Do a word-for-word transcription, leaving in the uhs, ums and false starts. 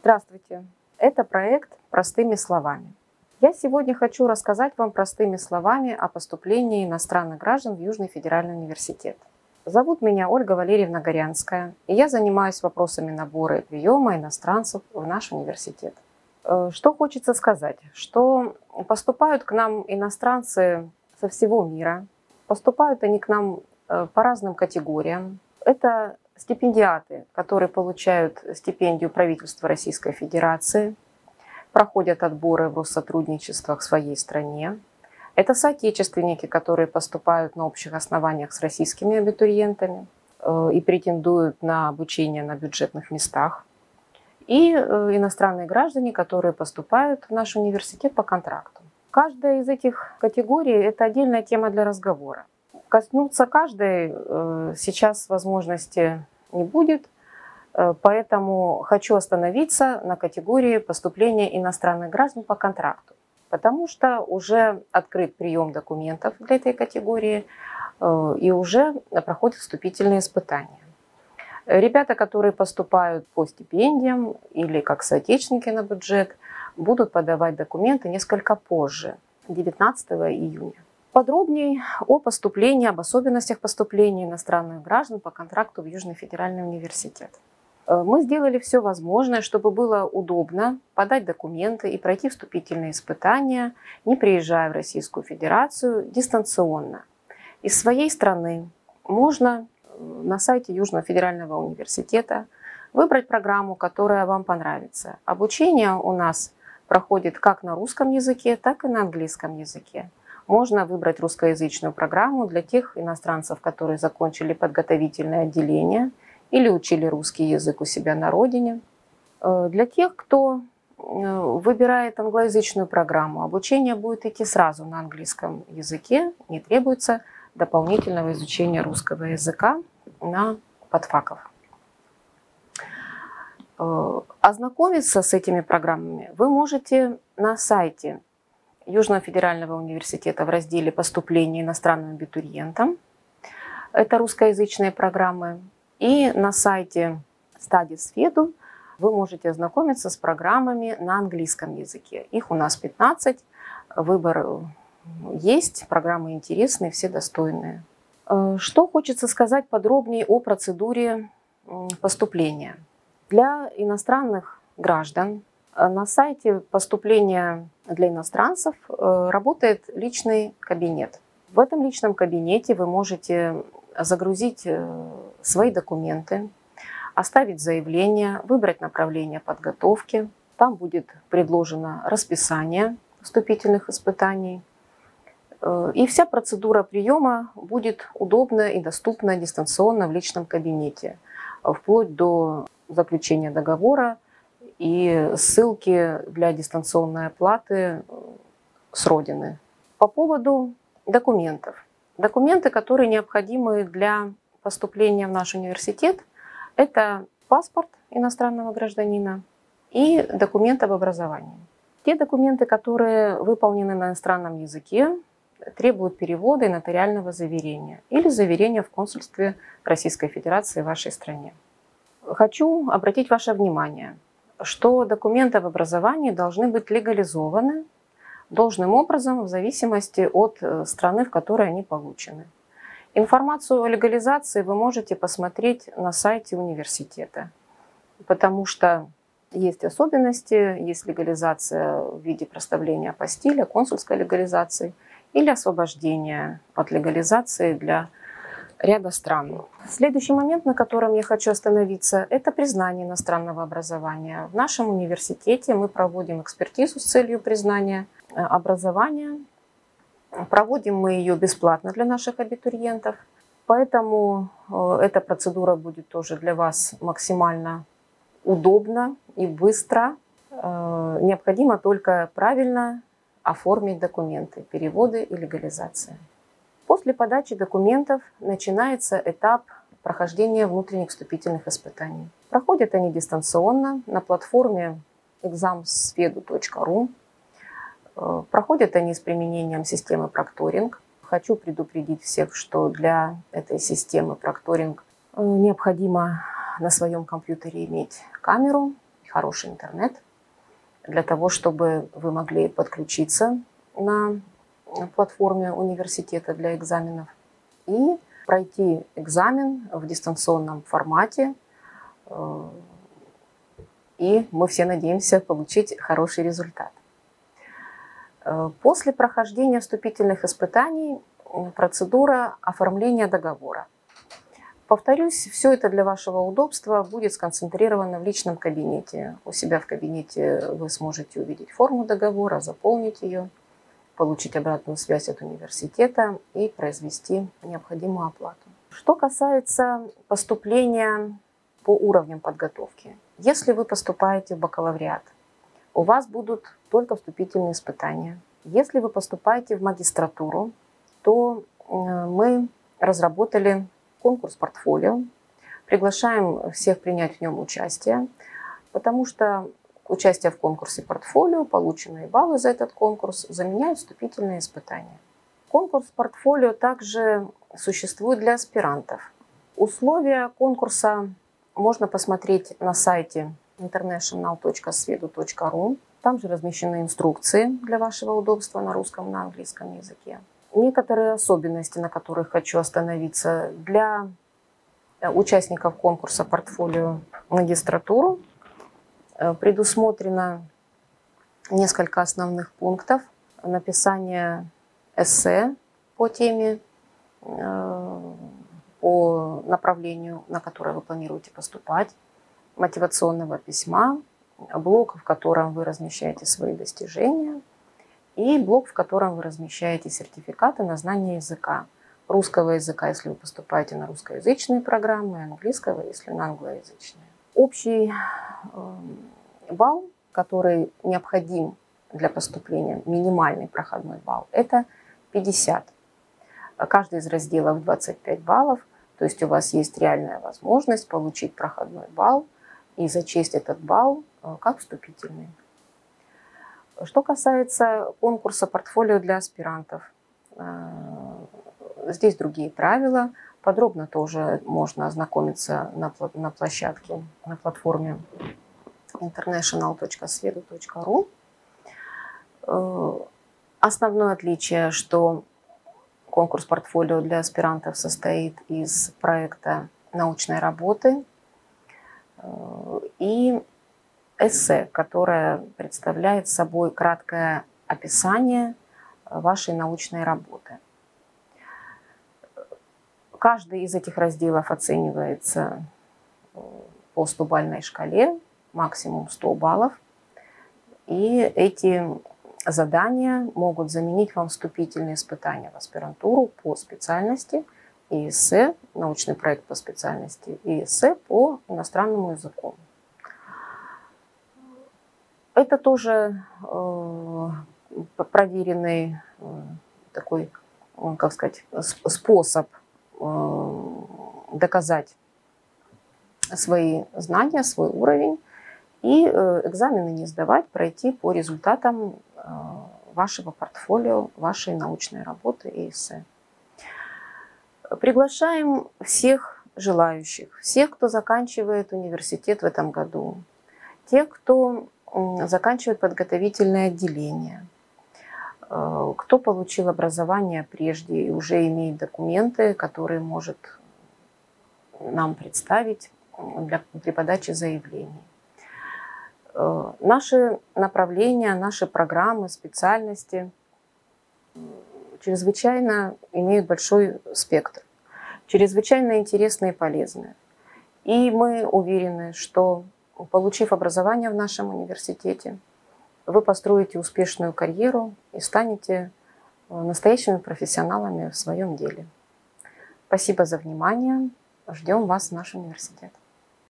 Здравствуйте! Это проект «Простыми словами». Я сегодня хочу рассказать вам простыми словами о поступлении иностранных граждан в Южный федеральный университет. Зовут меня Ольга Валерьевна Горянская, и я занимаюсь вопросами набора и приема иностранцев в наш университет. Что хочется сказать, что поступают к нам иностранцы со всего мира, поступают они к нам по разным категориям. Это стипендиаты, которые получают стипендию правительства Российской Федерации, проходят отборы в Россотрудничество к своей стране. Это соотечественники, которые поступают на общих основаниях с российскими абитуриентами и претендуют на обучение на бюджетных местах. И иностранные граждане, которые поступают в наш университет по контракту. Каждая из этих категорий – это отдельная тема для разговора. Коснуться каждой сейчас возможности не будет, поэтому хочу остановиться на категории поступления иностранных граждан по контракту, потому что уже открыт прием документов для этой категории и уже проходят вступительные испытания. Ребята, которые поступают по стипендиям или как соотечественники на бюджет, будут подавать документы несколько позже, девятнадцатого июня. Подробнее о поступлении, об особенностях поступления иностранных граждан по контракту в Южный федеральный университет. Мы сделали все возможное, чтобы было удобно подать документы и пройти вступительные испытания, не приезжая в Российскую Федерацию, дистанционно. Из своей страны можно на сайте Южного федерального университета выбрать программу, которая вам понравится. Обучение у нас проходит как на русском языке, так и на английском языке. Можно выбрать русскоязычную программу для тех иностранцев, которые закончили подготовительное отделение или учили русский язык у себя на родине. Для тех, кто выбирает англоязычную программу, обучение будет идти сразу на английском языке, не требуется дополнительного изучения русского языка на подфаках. Ознакомиться с этими программами вы можете на сайте Южного федерального университета в разделе «Поступление иностранным абитуриентам». Это русскоязычные программы. И на сайте Studies Fedu вы можете ознакомиться с программами на английском языке. Их у нас пятнадцать. Выбор есть, программы интересные, все достойные. Что хочется сказать подробнее о процедуре поступления. Для иностранных граждан на сайте поступления для иностранцев работает личный кабинет. В этом личном кабинете вы можете загрузить свои документы, оставить заявление, выбрать направление подготовки. Там будет предложено расписание вступительных испытаний. И вся процедура приема будет удобна и доступна дистанционно в личном кабинете, вплоть до заключения договора и ссылки для дистанционной оплаты с родины. По поводу документов. Документы, которые необходимы для поступления в наш университет, это паспорт иностранного гражданина и документ об образовании. Те документы, которые выполнены на иностранном языке, требуют перевода и нотариального заверения или заверения в консульстве Российской Федерации в вашей стране. Хочу обратить ваше внимание, что документы об образовании должны быть легализованы должным образом в зависимости от страны, в которой они получены. Информацию о легализации вы можете посмотреть на сайте университета, потому что есть особенности, есть легализация в виде проставления апостиля, консульской легализации или освобождения от легализации для ряда стран. Следующий момент, на котором я хочу остановиться, это признание иностранного образования. В нашем университете мы проводим экспертизу с целью признания образования. Проводим мы ее бесплатно для наших абитуриентов, поэтому эта процедура будет тоже для вас максимально удобна и быстро. Необходимо только правильно оформить документы, переводы и легализация. После подачи документов начинается этап прохождения внутренних вступительных испытаний. Проходят они дистанционно на платформе экзамс феду точка ру. Проходят они с применением системы прокторинг. Хочу предупредить всех, что для этой системы прокторинг необходимо на своем компьютере иметь камеру, хороший интернет, для того, чтобы вы могли подключиться на платформе университета для экзаменов и пройти экзамен в дистанционном формате. И мы все надеемся получить хороший результат. После прохождения вступительных испытаний процедура оформления договора. Повторюсь, все это для вашего удобства будет сконцентрировано в личном кабинете. У себя в кабинете вы сможете увидеть форму договора, заполнить ее, получить обратную связь от университета и произвести необходимую оплату. Что касается поступления по уровням подготовки. Если вы поступаете в бакалавриат, у вас будут только вступительные испытания. Если вы поступаете в магистратуру, то мы разработали конкурс портфолио. Приглашаем всех принять в нем участие, потому что участие в конкурсе портфолио, полученные баллы за этот конкурс, заменяют вступительные испытания. Конкурс портфолио также существует для аспирантов. Условия конкурса можно посмотреть на сайте интернешнл точка сведу точка ру. Там же размещены инструкции для вашего удобства на русском и на английском языке. Некоторые особенности, на которых хочу остановиться. Для участников конкурса портфолио магистратуру предусмотрено несколько основных пунктов. Написание эссе по теме, по направлению, на которое вы планируете поступать, мотивационного письма, блок, в котором вы размещаете свои достижения, и блок, в котором вы размещаете сертификаты на знание языка. Русского языка, если вы поступаете на русскоязычные программы, английского, если на англоязычные. Общий балл, который необходим для поступления, минимальный проходной балл, это пятьдесят. Каждый из разделов двадцать пять баллов, то есть у вас есть реальная возможность получить проходной балл и зачесть этот балл как вступительный. Что касается конкурса портфолио для аспирантов, здесь другие правила. Подробно тоже можно ознакомиться на, на площадке, на платформе интернешнл точка сведу точка ру. Основное отличие, что конкурс портфолио для аспирантов состоит из проекта научной работы и эссе, которое представляет собой краткое описание вашей научной работы. Каждый из этих разделов оценивается по стобалльной шкале, максимум сто баллов. И эти задания могут заменить вам вступительные испытания в аспирантуру по специальности и эссе, научный проект по специальности и эссе по иностранному языку. Это тоже э, проверенный э, такой, как сказать, способ э, доказать свои знания, свой уровень и э, экзамены не сдавать, пройти по результатам э, вашего портфолио, вашей научной работы и эссе. Приглашаем всех желающих, всех, кто заканчивает университет в этом году, тех, кто заканчивает подготовительное отделение, кто получил образование прежде и уже имеет документы, которые может нам представить для, при подаче заявлений. Наши направления, наши программы, специальности чрезвычайно имеют большой спектр, чрезвычайно интересные и полезные. И мы уверены, что, получив образование в нашем университете, вы построите успешную карьеру и станете настоящими профессионалами в своем деле. Спасибо за внимание. Ждем вас в наш университет.